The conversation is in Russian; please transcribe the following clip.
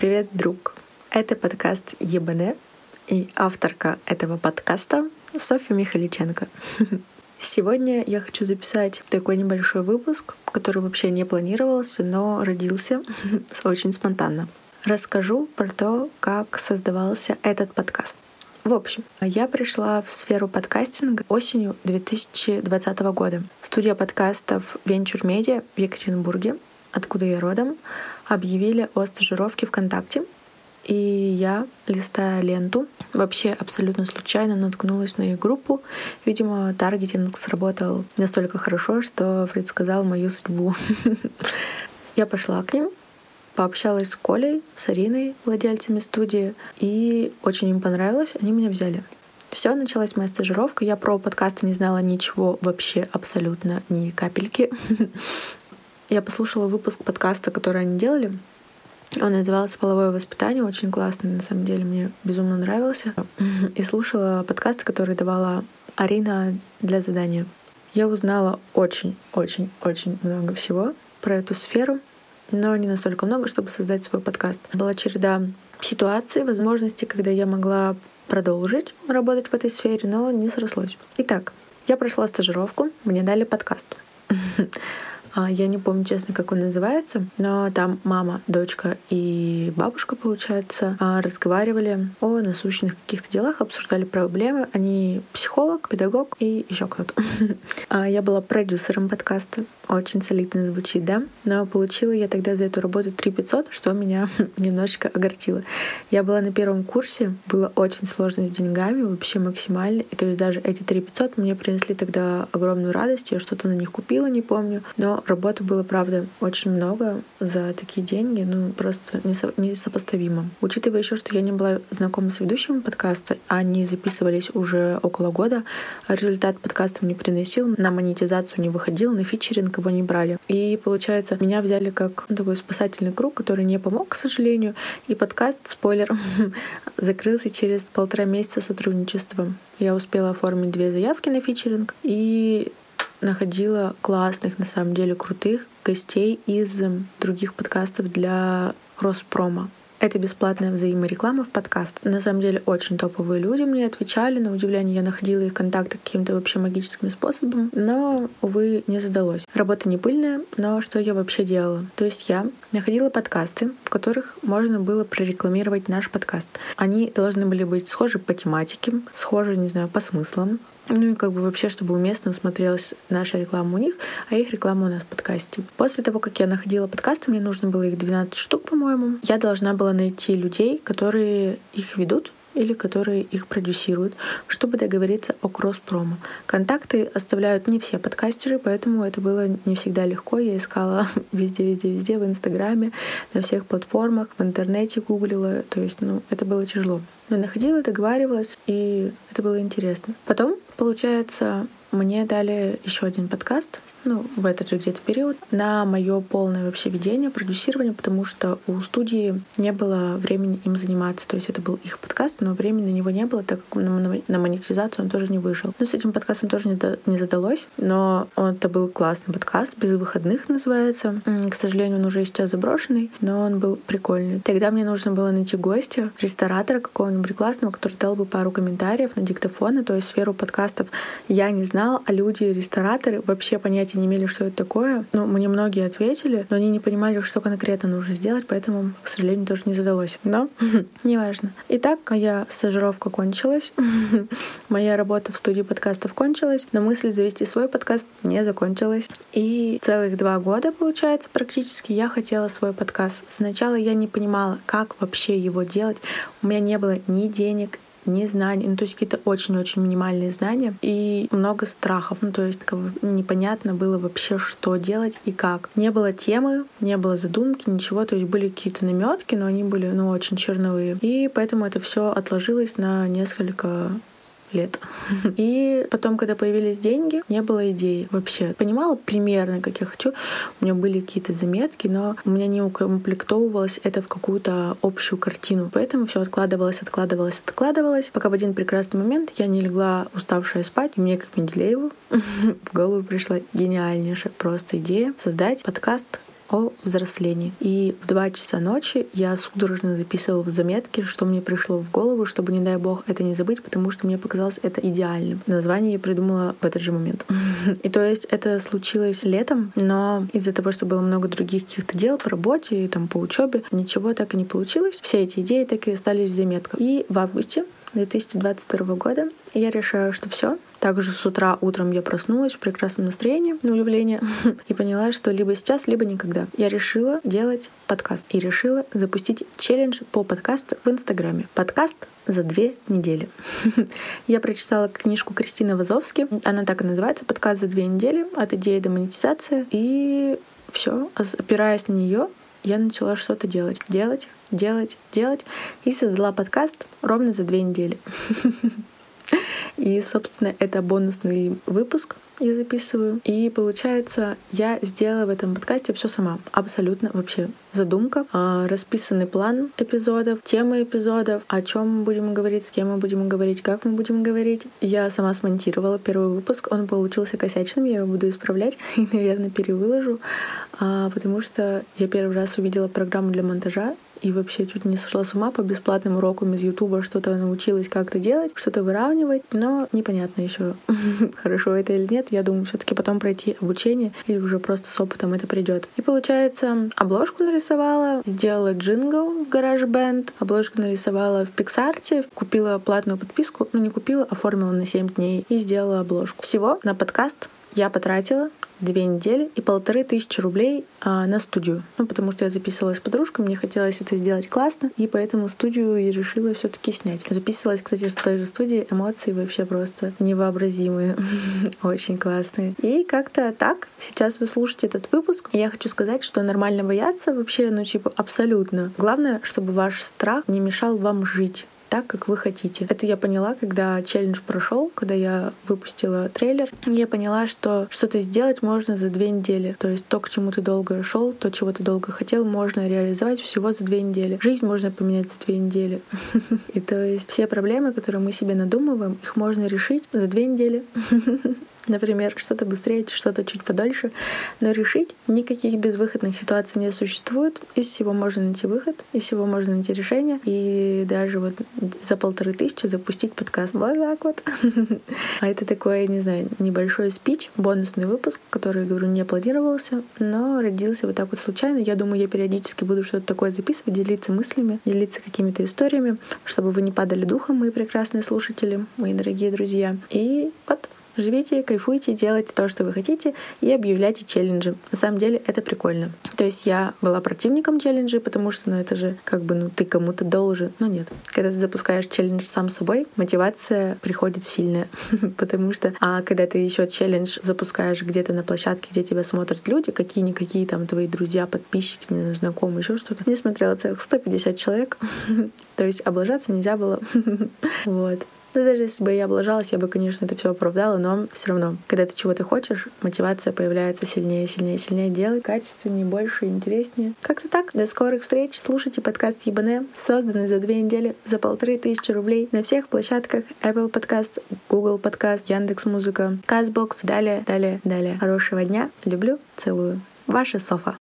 Привет, друг! Это подкаст ЕБН, и авторка этого подкаста Софья Михаличенко. Сегодня я хочу записать такой небольшой выпуск, который вообще не планировался, но родился очень спонтанно. Расскажу про то, как создавался этот подкаст. В общем, я пришла в сферу подкастинга осенью 2020 года. Студия подкастов Venture Media в Екатеринбурге, откуда я родом, объявили о стажировке ВКонтакте. И я, листая ленту, вообще абсолютно случайно наткнулась на их группу. Видимо, таргетинг сработал настолько хорошо, что предсказал мою судьбу. Я пошла к ним, пообщалась с Колей, с Ариной, владельцами студии, и очень им понравилось, они меня взяли. Все, началась моя стажировка. Я про подкасты не знала ничего вообще, абсолютно ни капельки. Я послушала выпуск подкаста, который они делали. Он назывался «Половое воспитание». Очень классный, на самом деле, мне безумно нравился. И слушала подкасты, которые давала Арина для задания. Я узнала очень-очень-очень много всего про эту сферу, но не настолько много, чтобы создать свой подкаст. Была череда ситуаций, возможностей, когда я могла продолжить работать в этой сфере, но не срослось. Итак, я прошла стажировку, мне дали подкаст. Я не помню, честно, как он называется, но там мама, дочка и бабушка, получается, разговаривали о насущных каких-то делах, обсуждали проблемы. Они психолог, педагог и еще кто-то. Я была продюсером подкаста. Очень солидно звучит, да? Но получила я тогда за эту работу 3500, что меня немножечко огорчило. Я была на первом курсе, было очень сложно с деньгами, вообще максимально. И то есть даже эти 3500 мне принесли тогда огромную радость. Я что-то на них купила, не помню. Но работы было, правда, очень много за такие деньги, просто несопоставимо. Учитывая еще, что я не была знакома с ведущими подкаста, они записывались уже около года, а результат подкастов не приносил, на монетизацию не выходил, на фичеринг его не брали. И, получается, меня взяли как такой спасательный круг, который не помог, к сожалению, и подкаст, спойлер, закрылся через 1,5 месяца сотрудничества. Я успела оформить 2 заявки на фичеринг и находила классных, на самом деле, крутых гостей из других подкастов для кросс-промо. Это бесплатная взаимореклама в подкаст. На самом деле очень топовые люди мне отвечали. На удивление, я находила их контакты каким-то вообще магическим способом, но, увы, не задалось. Работа не пыльная, но что я вообще делала? То есть я находила подкасты, в которых можно было прорекламировать наш подкаст. Они должны были быть схожи по тематике, схожи, не знаю, по смыслам. И вообще, чтобы уместно смотрелась наша реклама у них, а их реклама у нас в подкасте. После того, как я находила подкасты, мне нужно было их 12 штук, по-моему, я должна была найти людей, которые их ведут или которые их продюсируют, чтобы договориться о кросс-промо. Контакты оставляют не все подкастеры, поэтому это было не всегда легко. Я искала везде, в Инстаграме, на всех платформах, в интернете гуглила. То есть, это было тяжело. Но находила, договаривалась, и это было интересно. Потом, получается, мне дали еще один подкаст, в этот же где-то период, на мое полное вообще ведение, продюсирование, потому что у студии не было времени им заниматься. То есть это был их подкаст, но времени на него не было, так как на монетизацию он тоже не вышел. С этим подкастом тоже не задалось, но это был классный подкаст, без выходных называется. К сожалению, он уже сейчас заброшенный, но он был прикольный. Тогда мне нужно было найти гостя, ресторатора какого-нибудь классного, который дал бы пару комментариев на диктофоны. То есть сферу подкастов я не знала, а люди, рестораторы, вообще понятия не имели, что это такое. Мне многие ответили, но они не понимали, что конкретно нужно сделать, поэтому, к сожалению, тоже не задалось. Но неважно. Итак, моя стажировка кончилась. Моя работа в студии подкастов кончилась, но мысль завести свой подкаст не закончилась. И целых 2 года, получается, практически я хотела свой подкаст. Сначала я не понимала, как вообще его делать. У меня не было ни денег, ни знаний, то есть какие-то очень-очень минимальные знания и много страхов, то есть непонятно было вообще, что делать и как. Не было темы, не было задумки, ничего, то есть были какие-то намётки, но они были, очень черновые. И поэтому это все отложилось на несколько лет. И потом, когда появились деньги, не было идей вообще. Понимала примерно, как я хочу. У меня были какие-то заметки, но у меня не укомплектовывалось это в какую-то общую картину. Поэтому все откладывалось, пока в один прекрасный момент я не легла уставшая спать, и мне, как Менделееву, в голову пришла гениальнейшая просто идея создать подкаст о взрослении. И в 2 часа ночи я судорожно записывала в заметки, что мне пришло в голову, чтобы, не дай бог, это не забыть, потому что мне показалось это идеальным. Название я придумала в этот же момент. И то есть это случилось летом, но из-за того, что было много других каких-то дел по работе и там по учебе, ничего так и не получилось. Все эти идеи так и остались в заметках. И в августе 2022 года я решаю, что все. Также с утра утром я проснулась в прекрасном настроении, на удивление, и поняла, что либо сейчас, либо никогда. Я решила делать подкаст и решила запустить челлендж по подкасту в Инстаграме. Подкаст за 2 недели. Я прочитала книжку Кристины Вазовски. Она так и называется «Подкаст за 2 недели. От идеи до монетизации». И все, опираясь на нее, я начала что-то делать. И создала подкаст ровно за 2 недели. И, собственно, это бонусный выпуск я записываю. И получается, я сделала в этом подкасте все сама. Абсолютно вообще. Задумка, расписанный план эпизодов, темы эпизодов, о чем мы будем говорить, с кем мы будем говорить, как мы будем говорить. Я сама смонтировала первый выпуск. Он получился косячным, я его буду исправлять и, наверное, перевыложу, потому что я первый раз увидела программу для монтажа и вообще чуть не сошла с ума по бесплатным урокам из Ютуба, что-то научилась как-то делать, что-то выравнивать, но непонятно еще, хорошо это или нет. Я думаю, все-таки потом пройти обучение или уже просто с опытом это придет. И получается, обложку нарисовала, сделала джингл в GarageBand, обложку нарисовала в PixArt, купила платную подписку, не купила, оформила на 7 дней и сделала обложку. Всего на подкаст я потратила 2 недели и 1500 рублей на студию. Потому что я записывалась с подружкой, мне хотелось это сделать классно, и поэтому студию я решила все-таки снять. Записывалась, кстати, в той же студии, эмоции вообще просто невообразимые, очень классные. И как-то так, сейчас вы слушаете этот выпуск, и я хочу сказать, что нормально бояться вообще, абсолютно. Главное, чтобы ваш страх не мешал вам жить так, как вы хотите. Это я поняла, когда челлендж прошел, когда я выпустила трейлер. Я поняла, что что-то сделать можно за 2 недели. То есть то, к чему ты долго шел, то, чего ты долго хотел, можно реализовать всего за 2 недели. Жизнь можно поменять за 2 недели. И то есть все проблемы, которые мы себе надумываем, их можно решить за 2 недели. Например, что-то быстрее, что-то чуть подольше. Но решить никаких безвыходных ситуаций не существует. Из всего можно найти выход, из всего можно найти решение. И даже вот за 1500 запустить подкаст. Вот так вот. А это такой, не знаю, небольшой спич, бонусный выпуск, который, говорю, не планировался, но родился вот так вот случайно. Я думаю, я периодически буду что-то такое записывать, делиться мыслями, делиться какими-то историями, чтобы вы не падали духом, мои прекрасные слушатели, мои дорогие друзья. И вот. Живите, кайфуйте, делайте то, что вы хотите, и объявляйте челленджи. На самом деле это прикольно. То есть я была противником челленджей, потому что, это же ты кому-то должен. Но нет. Когда ты запускаешь челлендж сам собой, мотивация приходит сильная. Потому что, когда ты еще челлендж запускаешь где-то на площадке, где тебя смотрят люди, какие-никакие там твои друзья, подписчики, знакомые, еще что-то. Мне смотрело целых 150 человек. То есть облажаться нельзя было. Вот. Да даже если бы я облажалась, я бы, конечно, это все оправдала, но все равно, когда ты чего-то хочешь, мотивация появляется сильнее делать, качественнее, больше, интереснее. Как-то так. До скорых встреч. Слушайте подкаст «Ебане», созданный за 2 недели за 1500 рублей на всех площадках: Apple Podcast, Google Podcast, Яндекс.Музыка, Castbox. Далее. Хорошего дня. Люблю, целую. Ваша Софа.